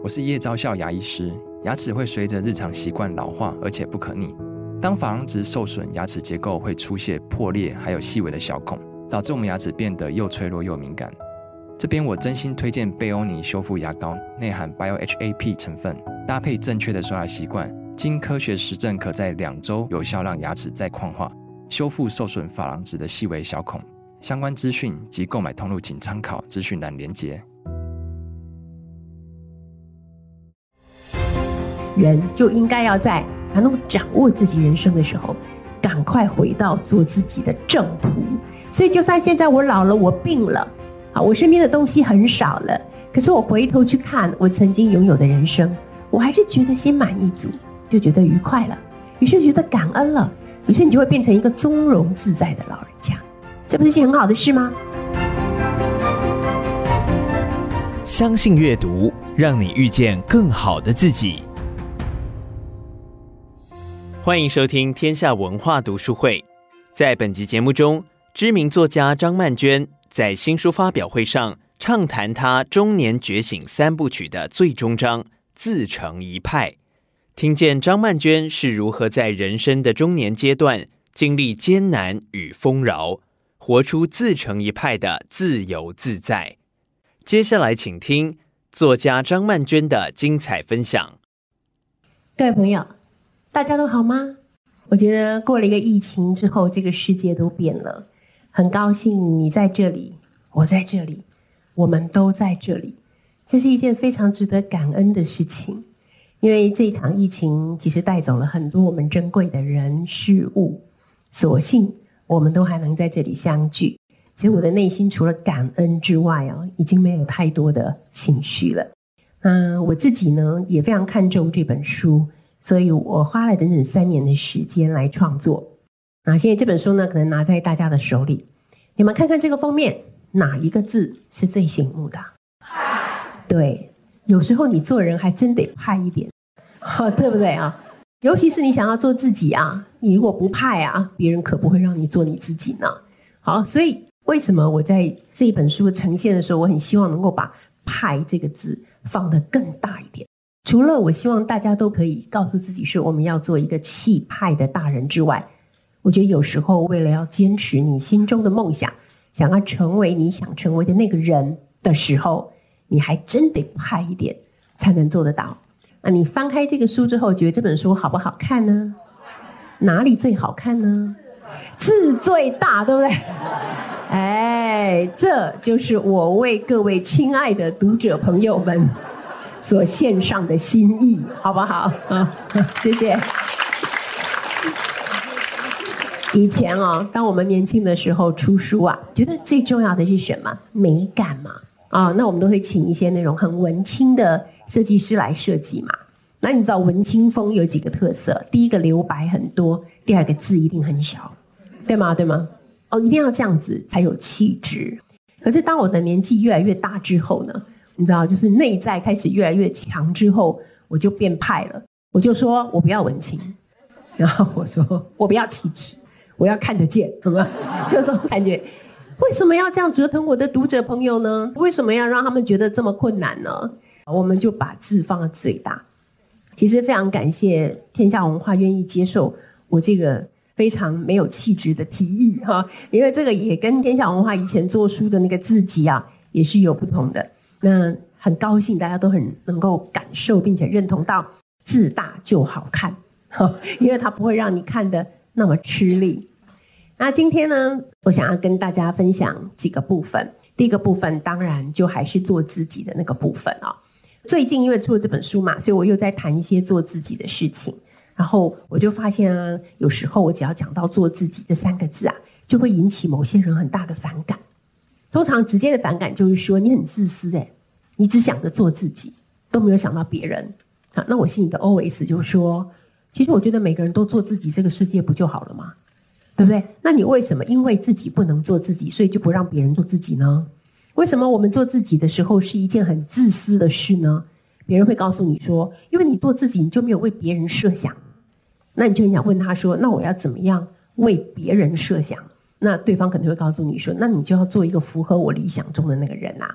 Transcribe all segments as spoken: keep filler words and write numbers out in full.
我是叶昭孝牙医师。牙齿会随着日常习惯老化，而且不可逆。当珐琅质受损，牙齿结构会出现破裂，还有细微的小孔，导致我们牙齿变得又脆弱又敏感。这边我真心推荐贝欧尼修复牙膏，内含 B I O H A P 成分，搭配正确的刷牙习惯，经科学实证可在两周有效让牙齿再矿化，修复受损珐琅质的细微小孔。相关资讯及购买通路请参考资讯栏连结。 人就应该要在还能够掌握自己人生的时候，赶快回到做自己的正途。所以就算现在我老了，我病了，啊，我身边的东西很少了，可是我回头去看我曾经拥有的人生，我还是觉得心满意足，就觉得愉快了，于是觉得感恩了，于是你就会变成一个从容自在的老人家，这不是件很好的事吗？ 相信阅读，让你遇见更好的自己。欢迎收听天下文化读书会。在本集节目中，知名作家张曼娟在新书发表会上畅谈她中年觉醒三部曲的最终章自成一派，听见张曼娟是如何在人生的中年阶段经历艰难与丰饶，活出自成一派的自由自在。接下来请听作家张曼娟的精彩分享。 各位朋友，大家都好吗？我觉得过了一个疫情之后，这个世界都变了。很高兴你在这里，我在这里，我们都在这里。这是一件非常值得感恩的事情，因为这场疫情其实带走了很多我们珍贵的人事物，所幸我们都还能在这里相聚。其实我的内心除了感恩之外啊，已经没有太多的情绪了。嗯，我自己呢也非常看重这本书，所以我花了整整三年的时间来创作。那现在这本书呢，可能拿在大家的手里，你们看看这个封面，哪一个字是最醒目的？对，有时候你做人还真得派一点，对不对啊？尤其是你想要做自己啊，你如果不派啊，别人可不会让你做你自己呢。好，所以为什么我在这一本书呈现的时候，我很希望能够把派这个字放得更大一点。除了我希望大家都可以告诉自己说我们要做一个气派的大人之外，我觉得有时候为了要坚持你心中的梦想，想要成为你想成为的那个人的时候，你还真得派一点才能做得到。那你翻开这个书之后，觉得这本书好不好看呢？哪里最好看呢？字最大，对不对？哎，这就是我为各位亲爱的读者朋友们所献上的心意，好不好？啊，谢谢。以前啊，当我们年轻的时候出书啊，觉得最重要的是什么？美感嘛。啊，那我们都会请一些那种很文青的设计师来设计嘛。那你知道文青风有几个特色？第一个留白很多，第二个字一定很小，对吗？对吗？哦，一定要这样子才有气质。可是当我的年纪越来越大之后呢，你知道，就是内在开始越来越强之后，我就变派了。我就说我不要文青，然后我说我不要气质，我要看得见，有没有？就这种感觉。为什么要这样折腾我的读者朋友呢？为什么要让他们觉得这么困难呢？我们就把字放到最大。其实非常感谢天下文化愿意接受我这个非常没有气质的提议哈，因为这个也跟天下文化以前做书的那个字迹啊也是有不同的。那很高兴大家都很能够感受并且认同到字大就好看，因为它不会让你看得那么吃力。那今天呢，我想要跟大家分享几个部分。第一个部分当然就还是做自己的那个部分哦。最近因为出了这本书嘛，所以我又在谈一些做自己的事情。然后我就发现啊，有时候我只要讲到做自己这三个字啊，就会引起某些人很大的反感。通常直接的反感就是说你很自私诶，你只想着做自己，都没有想到别人。好，那我心里的 O S 就是说，其实我觉得每个人都做自己，这个世界不就好了吗？对不对？那你为什么因为自己不能做自己，所以就不让别人做自己呢？为什么我们做自己的时候是一件很自私的事呢？别人会告诉你说，因为你做自己，你就没有为别人设想。那你就很想问他说，那我要怎么样为别人设想？那对方可能会告诉你说，那你就要做一个符合我理想中的那个人啊。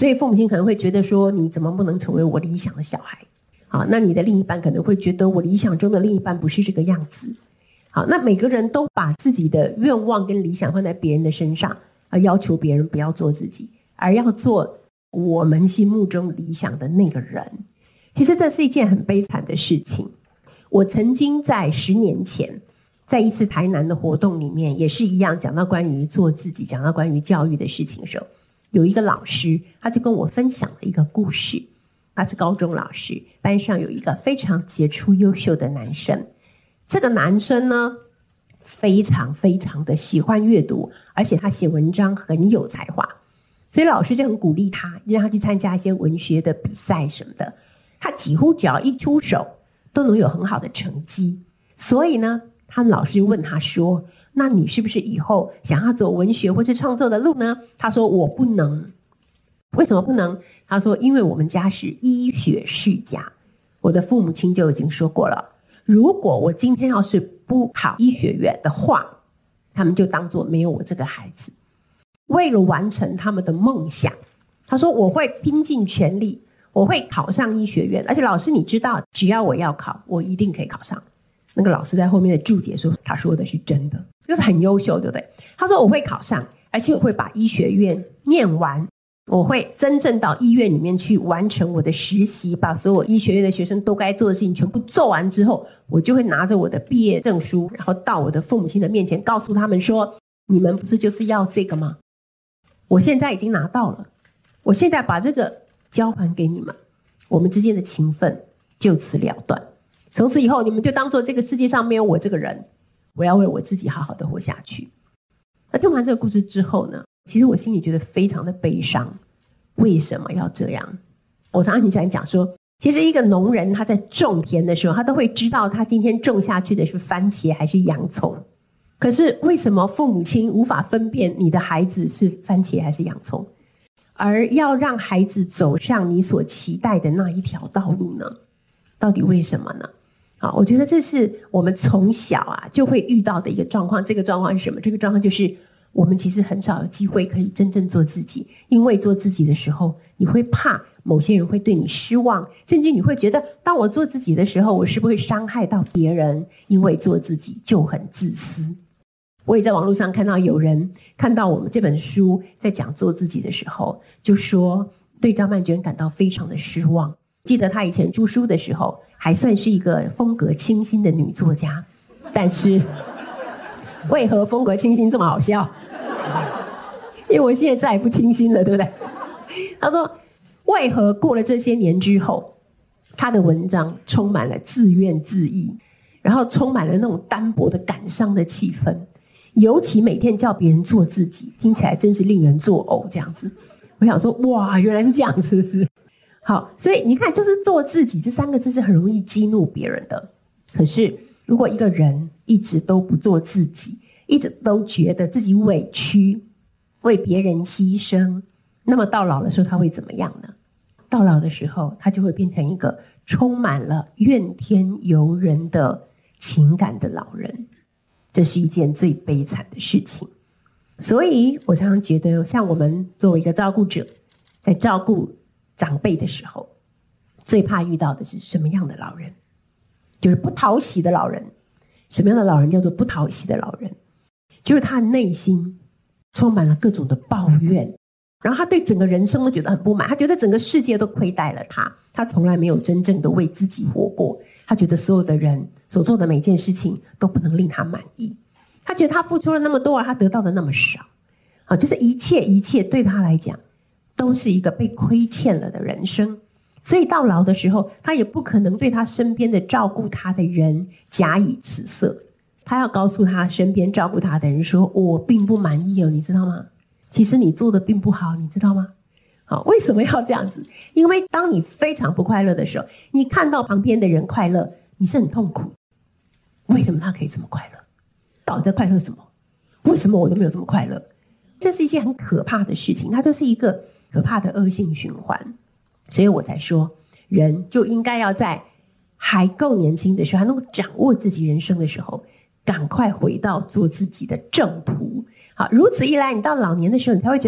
所以父母亲可能会觉得说，你怎么不能成为我理想的小孩？好，那你的另一半可能会觉得我理想中的另一半不是这个样子。好，那每个人都把自己的愿望跟理想放在别人的身上，而要求别人不要做自己，而要做我们心目中理想的那个人。其实这是一件很悲惨的事情。我曾经在十年前在一次台南的活动里面也是一样，讲到关于做自己，讲到关于教育的事情的时候，有一个老师他就跟我分享了一个故事。他是高中老师，班上有一个非常杰出优秀的男生。这个男生呢非常非常的喜欢阅读，而且他写文章很有才华，所以老师就很鼓励他，让他去参加一些文学的比赛什么的。他几乎只要一出手都能有很好的成绩。所以呢他们老师就问他说，那你是不是以后想要走文学或是创作的路呢？他说我不能。为什么不能？他说因为我们家是医学世家，我的父母亲就已经说过了，如果我今天要是不考医学院的话，他们就当作没有我这个孩子。为了完成他们的梦想，他说我会拼尽全力，我会考上医学院，而且老师你知道，只要我要考，我一定可以考上。那个老师在后面的注解说，他说的是真的，就是很优秀，对不对？他说我会考上，而且我会把医学院念完，我会真正到医院里面去完成我的实习，把所有医学院的学生都该做的事情全部做完之后，我就会拿着我的毕业证书，然后到我的父母亲的面前告诉他们说，你们不是就是要这个吗？我现在已经拿到了，我现在把这个交还给你们，我们之间的情分就此了断，从此以后你们就当做这个世界上没有我这个人，我要为我自己好好的活下去。那听完这个故事之后呢，其实我心里觉得非常的悲伤。为什么要这样？我常常很喜欢讲说，其实一个农人他在种田的时候，他都会知道他今天种下去的是番茄还是洋葱。可是为什么父母亲无法分辨你的孩子是番茄还是洋葱，而要让孩子走上你所期待的那一条道路呢？到底为什么呢？好，我觉得这是我们从小啊就会遇到的一个状况。这个状况是什么？这个状况就是我们其实很少有机会可以真正做自己，因为做自己的时候，你会怕某些人会对你失望，甚至你会觉得，当我做自己的时候，我是不是会伤害到别人？因为做自己就很自私。我也在网络上看到有人看到我们这本书在讲做自己的时候，就说对张曼娟感到非常的失望。记得她以前出书的时候，还算是一个风格清新的女作家，但是为何风格清新这么好笑？因为我现在再也不清新了，对不对？他说为何过了这些年之后，他的文章充满了自怨自艾，然后充满了那种单薄的感伤的气氛，尤其每天叫别人做自己，听起来真是令人作呕这样子。我想说哇，原来是这样子，是不是？好，所以你看，就是做自己这三个字是很容易激怒别人的。可是如果一个人一直都不做自己，一直都觉得自己委屈，为别人牺牲，那么到老的时候他会怎么样呢？到老的时候他就会变成一个充满了怨天尤人的情感的老人，这是一件最悲惨的事情。所以我常常觉得，像我们作为一个照顾者，在照顾长辈的时候，最怕遇到的是什么样的老人？就是不讨喜的老人。什么样的老人叫做不讨喜的老人？就是他内心充满了各种的抱怨，然后他对整个人生都觉得很不满，他觉得整个世界都亏待了他，他从来没有真正的为自己活过，他觉得所有的人所做的每件事情都不能令他满意，他觉得他付出了那么多，而他得到的那么少，啊，就是一切一切对他来讲都是一个被亏欠了的人生。所以到老的时候，他也不可能对他身边的照顾他的人假以辞色，他要告诉他身边照顾他的人说，我并不满意哦，你知道吗？其实你做的并不好，你知道吗？好，为什么要这样子？因为当你非常不快乐的时候，你看到旁边的人快乐，你是很痛苦。为什么他可以这么快乐？到底在快乐什么？为什么我都没有这么快乐？这是一件很可怕的事情，它就是一个可怕的恶性循环。所以我才说，人就应该要在还够年轻的时候，还能够掌握自己人生的时候，赶快回到做自己的正途。好，如此一来，你到老年的时候，你才会觉得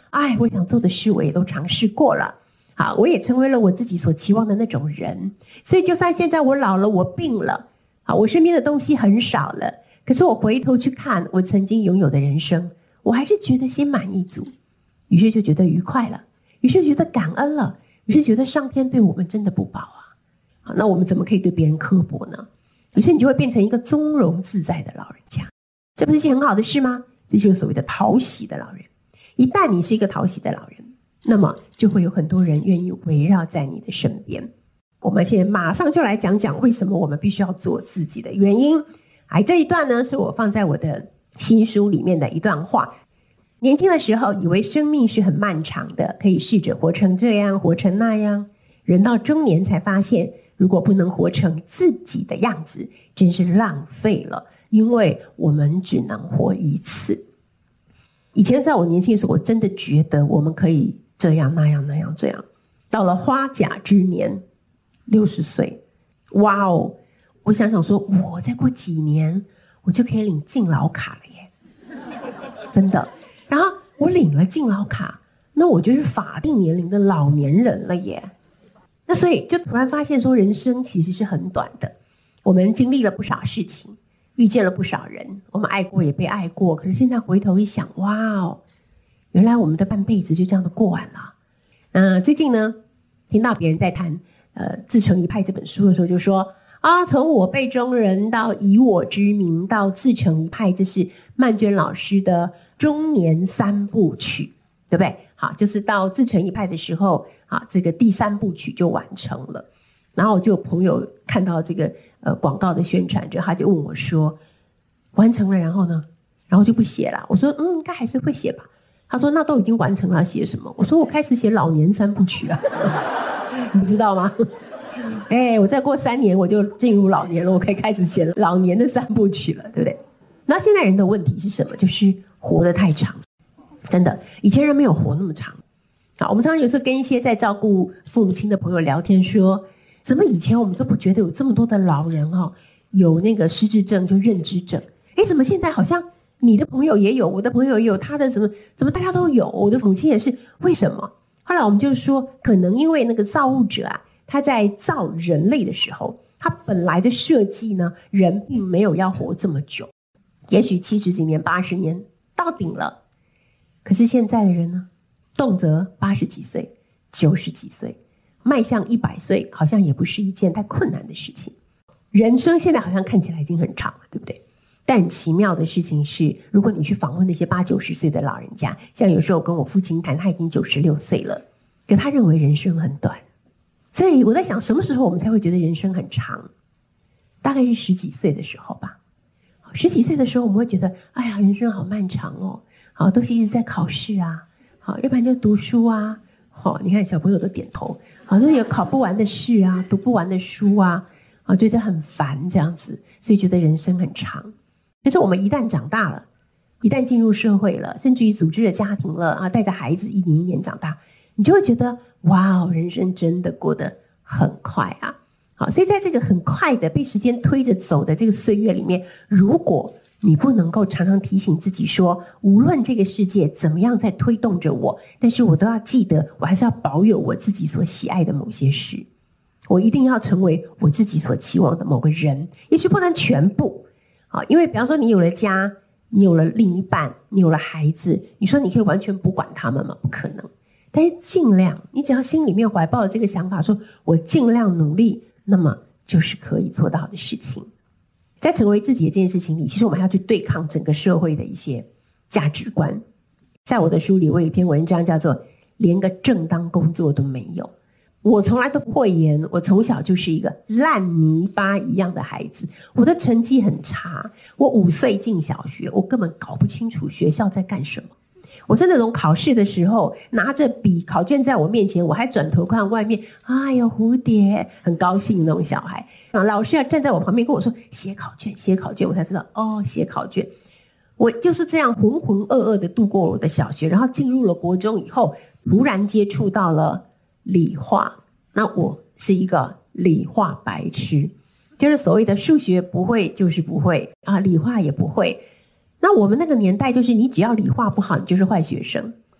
哎，我想做的事我也都尝试过了，好，我也成为了我自己所期望的那种人。所以就算现在我老了，我病了，好，我身边的东西很少了，可是我回头去看我曾经拥有的人生，我还是觉得心满意足，于是就觉得愉快了，于是觉得感恩了，于是觉得上天对我们真的不薄啊。好，那我们怎么可以对别人刻薄呢？于是你就会变成一个从容自在的老人家，这不是一件很好的事吗？这就是所谓的讨喜的老人。一旦你是一个讨喜的老人，那么就会有很多人愿意围绕在你的身边。我们现在马上就来讲讲为什么我们必须要做自己的原因。哎，这一段呢是我放在我的新书里面的一段话。年轻的时候以为生命是很漫长的，可以试着活成这样活成那样，人到中年才发现，如果不能活成自己的样子，真是浪费了，因为我们只能活一次。以前在我年轻的时候，我真的觉得我们可以这样那样那样这样。到了花甲之年，六十岁，哇哦！我想想说，我再过几年，我就可以领敬老卡了耶，真的。然后我领了敬老卡，那我就是法定年龄的老年人了耶。那所以就突然发现说，人生其实是很短的。我们经历了不少事情，遇见了不少人，我们爱过也被爱过，可是现在回头一想，哇哦，原来我们的半辈子就这样的过完了。那最近呢，听到别人在谈呃《自成一派》这本书的时候，就说啊，从我辈中人到以我之名到自成一派，这是曼娟老师的中年三部曲，对不对？好，就是到自成一派的时候，啊，这个第三部曲就完成了。然后我就有朋友看到这个呃广告的宣传，就他就问我说，完成了然后呢？然后就不写了。我说嗯，应该还是会写吧。他说那都已经完成了，写什么？我说我开始写老年三部曲啊，你知道吗？哎，我再过三年我就进入老年了，我可以开始写老年的三部曲了，对不对？那现在人的问题是什么？就是活得太长，真的，以前人没有活那么长。好，我们常常有时候跟一些在照顾父母亲的朋友聊天说，怎么以前我们都不觉得有这么多的老人哦，有那个失智症就认知症，哎，怎么现在好像你的朋友也有，我的朋友也有，他的怎么怎么大家都有，我的母亲也是，为什么？后来我们就说，可能因为那个造物者啊，他在造人类的时候，他本来的设计呢，人并没有要活这么久，也许七十几年、八十年到顶了。可是现在的人呢，动辄八十几岁、九十几岁，迈向一百岁，好像也不是一件太困难的事情。人生现在好像看起来已经很长了，对不对？但奇妙的事情是，如果你去访问那些八九十岁的老人家，像有时候跟我父亲谈，他已经九十六岁了，可他认为人生很短。所以我在想，什么时候我们才会觉得人生很长？大概是十几岁的时候吧。十几岁的时候，我们会觉得，哎呀，人生好漫长哦，好，都是一直在考试啊，好，要不然就读书啊，好，你看小朋友都点头，好像有考不完的事啊，读不完的书啊，啊，觉得很烦这样子，所以觉得人生很长。可是我们一旦长大了，一旦进入社会了，甚至于组织了家庭了啊，带着孩子一年一年长大，你就会觉得，哇，人生真的过得很快啊。好，所以在这个很快的被时间推着走的这个岁月里面，如果你不能够常常提醒自己说，无论这个世界怎么样在推动着我，但是我都要记得，我还是要保有我自己所喜爱的某些事，我一定要成为我自己所期望的某个人，也许不能全部。好，因为比方说你有了家，你有了另一半，你有了孩子，你说你可以完全不管他们吗？不可能。但是尽量，你只要心里面怀抱这个想法，说我尽量努力，那么就是可以做到的事情。在成为自己的这件事情里，其实我们还要去对抗整个社会的一些价值观。在我的书里，我有一篇文章叫做连个正当工作都没有。我从来都不会演，我从小就是一个烂泥巴一样的孩子，我的成绩很差，我五岁进小学，我根本搞不清楚学校在干什么。我是那种考试的时候拿着笔，考卷在我面前，我还转头看外面，哎呦蝴蝶，很高兴那种小孩。老师要站在我旁边跟我说写考卷写考卷，我才知道哦，写考卷。我就是这样浑浑噩噩的度过我的小学，然后进入了国中以后，突然接触到了理化，那我是一个理化白痴，就是所谓的数学不会就是不会啊，理化也不会。那我们那个年代就是你只要理化不好，你就是坏学生。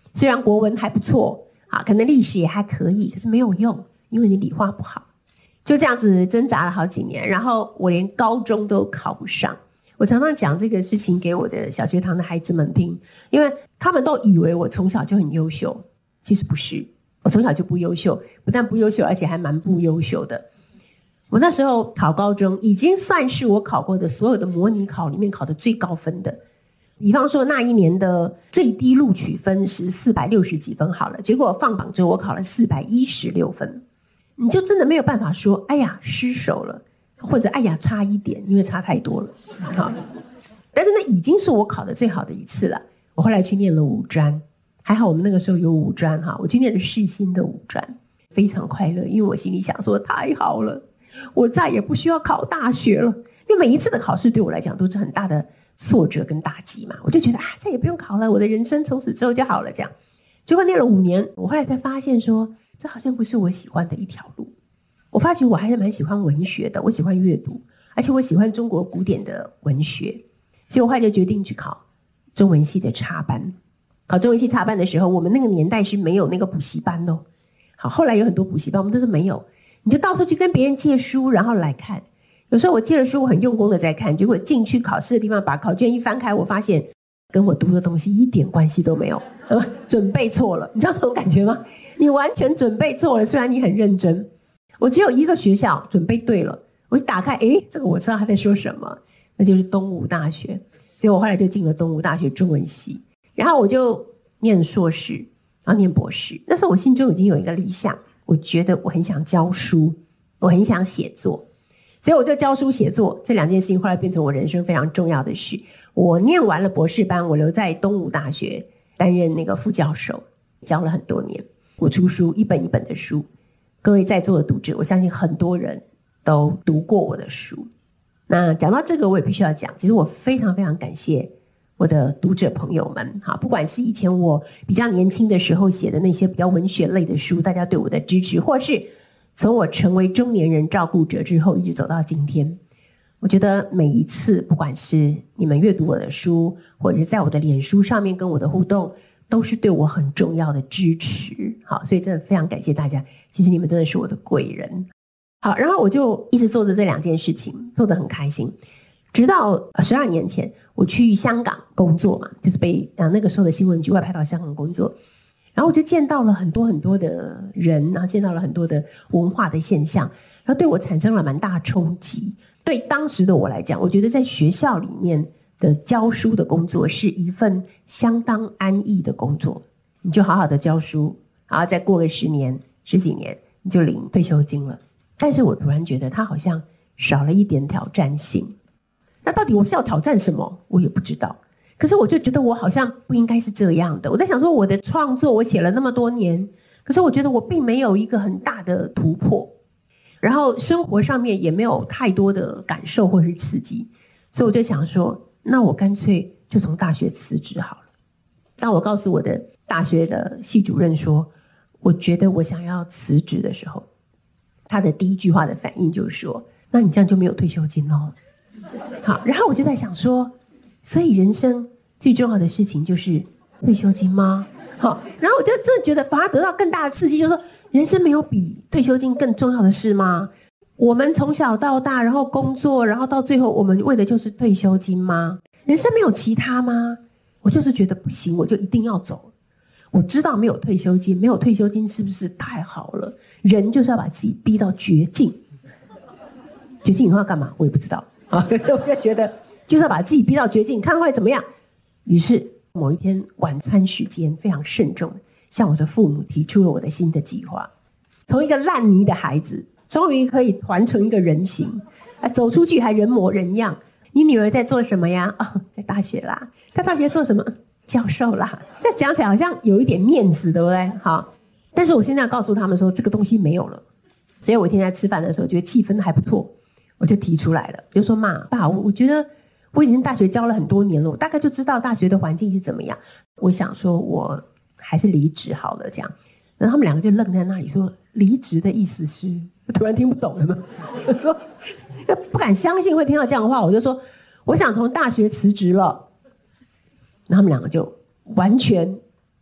虽然国文还不错啊，可能历史也还可以，可是没有用，因为你理化不好。就这样子挣扎了好几年，然后我连高中都考不上。我常常讲这个事情给我的小学堂的孩子们听，因为他们都以为我从小就很优秀，其实不是，我从小就不优秀，不但不优秀，而且还蛮不优秀的。我那时候考高中已经算是我考过的所有的模拟考里面考的最高分的。比方说那一年的最低录取分是四百六十几分好了，结果放榜之后我考了四百一十六分，你就真的没有办法说哎呀失手了，或者哎呀差一点，因为差太多了。好，但是那已经是我考的最好的一次了。我后来去念了五专，还好我们那个时候有五专哈，我去念了世新的五专，非常快乐，因为我心里想说太好了，我再也不需要考大学了。因为每一次的考试对我来讲都是很大的挫折跟打击嘛，我就觉得啊再也不用考了，我的人生从此之后就好了这样。结果念了五年，我后来才发现说这好像不是我喜欢的一条路。我发觉我还是蛮喜欢文学的，我喜欢阅读，而且我喜欢中国古典的文学，所以我后来就决定去考中文系的插班。考中文系插班的时候，我们那个年代是没有那个补习班的哦。好，后来有很多补习班，我们都是没有，你就到处去跟别人借书，然后来看。有时候我借了书，我很用功的在看，结果进去考试的地方，把考卷一翻开，我发现跟我读的东西一点关系都没有，呃、准备错了，你知道那种感觉吗？你完全准备错了，虽然你很认真。我只有一个学校准备对了，我一打开，诶，这个我知道他在说什么，那就是东吴大学。所以我后来就进了东吴大学中文系，然后我就念硕士，然后念博士。那时候我心中已经有一个理想，我觉得我很想教书，我很想写作，所以我就教书写作这两件事情后来变成我人生非常重要的事。我念完了博士班，我留在东吴大学担任那个副教授，教了很多年。我出书一本一本的书，各位在座的读者，我相信很多人都读过我的书。那讲到这个，我也必须要讲，其实我非常非常感谢我的读者朋友们，不管是以前我比较年轻的时候写的那些比较文学类的书，大家对我的支持，或是从我成为中年人照顾者之后一直走到今天，我觉得每一次不管是你们阅读我的书，或者是在我的脸书上面跟我的互动，都是对我很重要的支持。好，所以真的非常感谢大家，其实你们真的是我的贵人。好，然后我就一直做着这两件事情，做得很开心。直到十二年前，我去香港工作嘛，就是被啊那个时候的新闻局外派到香港工作，然后我就见到了很多很多的人，然后见到了很多的文化的现象，然后对我产生了蛮大冲击。对当时的我来讲，我觉得在学校里面的教书的工作是一份相当安逸的工作，你就好好的教书，然后再过个十年十几年，你就领退休金了。但是我突然觉得它好像少了一点挑战性。那到底我是要挑战什么？我也不知道。可是我就觉得我好像不应该是这样的。我在想说，我的创作我写了那么多年，可是我觉得我并没有一个很大的突破，然后生活上面也没有太多的感受或是刺激，所以我就想说，那我干脆就从大学辞职好了。当我告诉我的大学的系主任说，我觉得我想要辞职的时候，他的第一句话的反应就是说，那你这样就没有退休金哦。好，然后我就在想说，所以人生最重要的事情就是退休金吗？好，然后我就真的觉得反而得到更大的刺激，就是说人生没有比退休金更重要的事吗？我们从小到大，然后工作，然后到最后我们为的就是退休金吗？人生没有其他吗？我就是觉得不行，我就一定要走。我知道没有退休金，没有退休金是不是太好了？人就是要把自己逼到绝境，绝境以后要干嘛？我也不知道啊。所以我就觉得就是要把自己逼到绝境，看会怎么样。于是某一天晚餐时间，非常慎重向我的父母提出了我的新的计划，从一个烂泥的孩子，终于可以团成一个人形，啊，走出去还人模人样。你女儿在做什么呀？哦，在大学啦。在大学做什么？教授啦。这讲起来好像有一点面子，对不对？好，但是我现在要告诉他们说，这个东西没有了。所以我一天在吃饭的时候，觉得气氛还不错，我就提出来了，就说妈爸，我我觉得我已经大学教了很多年了，我大概就知道大学的环境是怎么样。我想说，我还是离职好了，这样。然后他们两个就愣在那里，说离职的意思是？我突然听不懂了嘛。我说不敢相信会听到这样的话，我就说我想从大学辞职了。然后他们两个就完全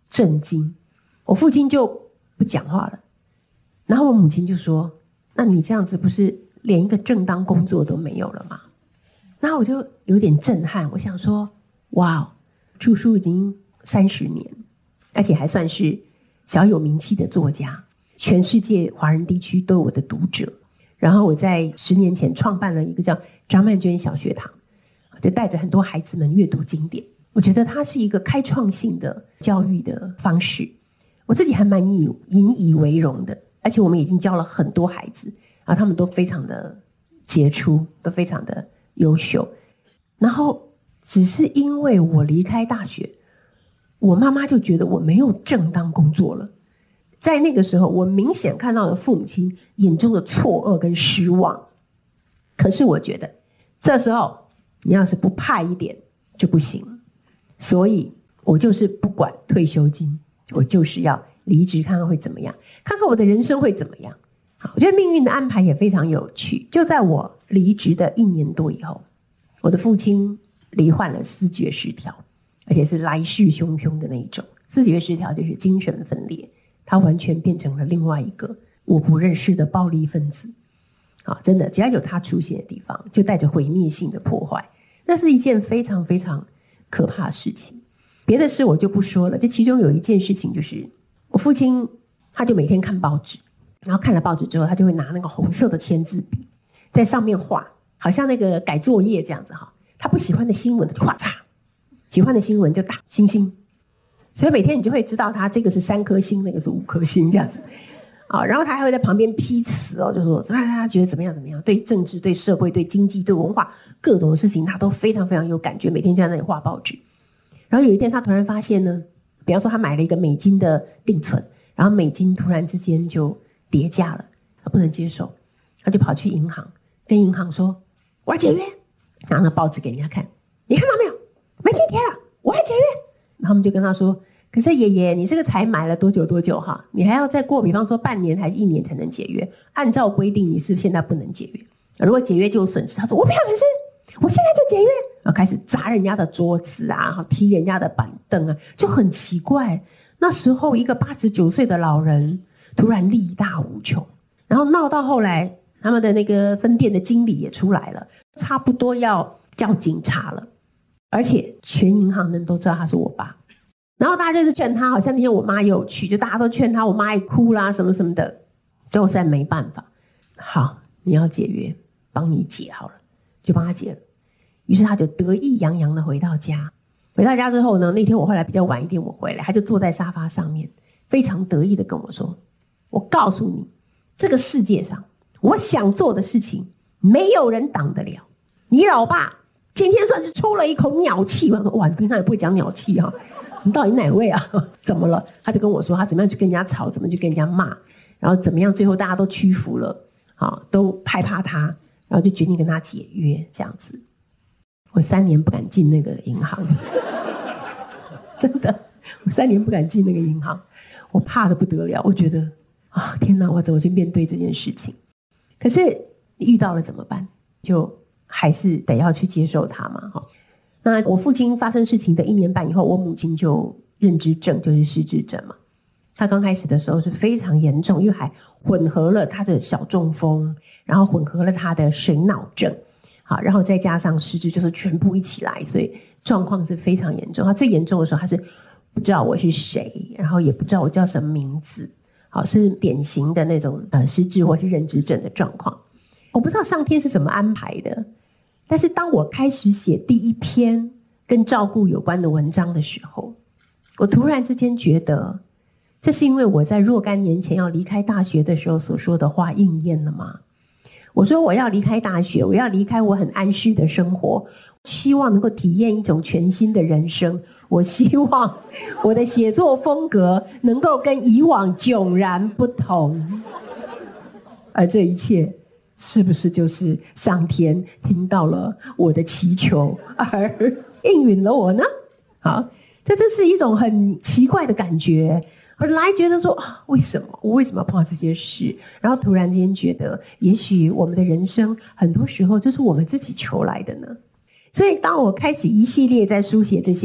震惊。我父亲就不讲话了，然后我母亲就说，那你这样子不是连一个正当工作都没有了吗？然后我就有点震撼，我想说，哇，出书已经三十年，而且还算是小有名气的作家，全世界华人地区都有我的读者。然后我在十年前创办了一个叫张曼娟小学堂，就带着很多孩子们阅读经典。我觉得它是一个开创性的教育的方式，我自己还蛮引引以为荣的。而且我们已经教了很多孩子，啊，他们都非常的杰出，都非常的优秀。然后只是因为我离开大学，我妈妈就觉得我没有正当工作了。在那个时候，我明显看到了父母亲眼中的错愕跟失望。可是我觉得这时候你要是不怕一点就不行，所以我就是不管退休金，我就是要离职看看会怎么样，看看我的人生会怎么样。好，我觉得命运的安排也非常有趣。就在我离职的一年多以后，我的父亲罹患了思觉失调，而且是来势汹汹的那一种。思觉失调就是精神分裂，他完全变成了另外一个我不认识的暴力分子。啊，真的，只要有他出现的地方，就带着毁灭性的破坏。那是一件非常非常可怕的事情。别的事我就不说了，就其中有一件事情，就是我父亲他就每天看报纸，然后看了报纸之后，他就会拿那个红色的签字笔在上面画，好像那个改作业这样子哈。他不喜欢的新闻就画叉，喜欢的新闻就打星星。所以每天你就会知道他这个是三颗星，那个是五颗星这样子。啊，然后他还会在旁边批词哦，就说他觉得怎么样怎么样，对政治、对社会、对经济、对文化各种事情，他都非常非常有感觉，每天就在那里画报纸。然后有一天他突然发现呢，比方说他买了一个美金的定存，然后美金突然之间就跌价了，他不能接受，他就跑去银行跟银行说我要解约，拿那报纸给人家看，你看到没有，美金跌了，我要解约。然后他们就跟他说，可是爷爷，你这个才买了多久多久哈？你还要再过，比方说半年还是一年才能解约。按照规定，你是现在不能解约。如果解约就有损失，他说我不要损失，我现在就解约。然后开始砸人家的桌子啊，踢人家的板凳啊，就很奇怪。那时候一个八十九岁的老人突然力大无穷，然后闹到后来，他们的那个分店的经理也出来了，差不多要叫警察了。而且全银行人都知道他是我爸。然后大家就是劝他，好像那天我妈也有去，就大家都劝他，我妈也哭啦什么什么的，最后实在没办法，好，你要解约，帮你解好了，就帮他解了。于是他就得意洋洋的回到家。回到家之后呢，那天我后来比较晚一点我回来，他就坐在沙发上面，非常得意的跟我说，我告诉你，这个世界上我想做的事情没有人挡得了。你老爸今天算是出了一口鸟气。我说哇，你平常也不会讲鸟气哈、啊，你到底哪位啊？怎么了？他就跟我说他怎么样去跟人家吵，怎么去跟人家骂，然后怎么样最后大家都屈服了，啊，都害怕他，然后就决定跟他解约这样子。我三年不敢进那个银行，真的，我三年不敢进那个银行，我怕得不得了。我觉得啊，天哪，我怎么去面对这件事情？可是遇到了怎么办？就还是得要去接受它嘛。那我父亲发生事情的一年半以后，我母亲就认知症，就是失智症嘛。他刚开始的时候是非常严重，因为还混合了他的小中风，然后混合了他的水脑症，好，然后再加上失智，就是全部一起来，所以状况是非常严重。他最严重的时候，他是不知道我是谁，然后也不知道我叫什么名字，好，是典型的那种呃失智或是认知症的状况。我不知道上天是怎么安排的，但是当我开始写第一篇跟照顾有关的文章的时候，我突然之间觉得，这是因为我在若干年前要离开大学的时候所说的话应验了吗？我说我要离开大学，我要离开我很安适的生活，希望能够体验一种全新的人生。我希望我的写作风格能够跟以往迥然不同。而这一切是不是就是上天听到了我的祈求而应允了我呢？好，这真是一种很奇怪的感觉。本来觉得说、啊、为什么我为什么要碰到这些事，然后突然间觉得也许我们的人生很多时候就是我们自己求来的呢。所以当我开始一系列在书写这些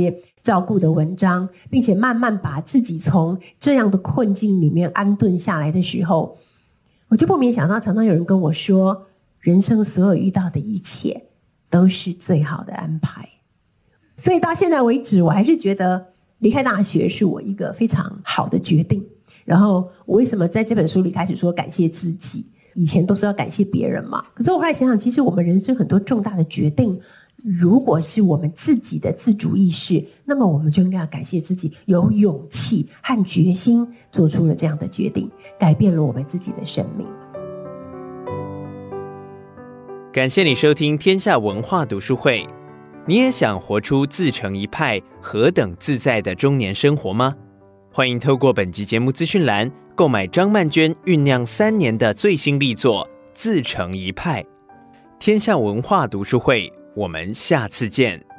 照顾的文章，并且慢慢把自己从这样的困境里面安顿下来的时候，我就不免想到，常常有人跟我说，人生所有遇到的一切都是最好的安排。所以到现在为止，我还是觉得离开大学是我一个非常好的决定。然后我为什么在这本书里开始说感谢自己？以前都是要感谢别人嘛，可是我后来想想，其实我们人生很多重大的决定，如果是我们自己的自主意识，那么我们就应该要感谢自己有勇气和决心做出了这样的决定，改变了我们自己的生命。 感谢你收听天下文化读书会。你也想活出自成一派何等自在的中年生活吗？欢迎透过本集节目资讯栏购买张曼娟酝酿三年的最新力作《自成一派》。天下文化读书会，我们下次见。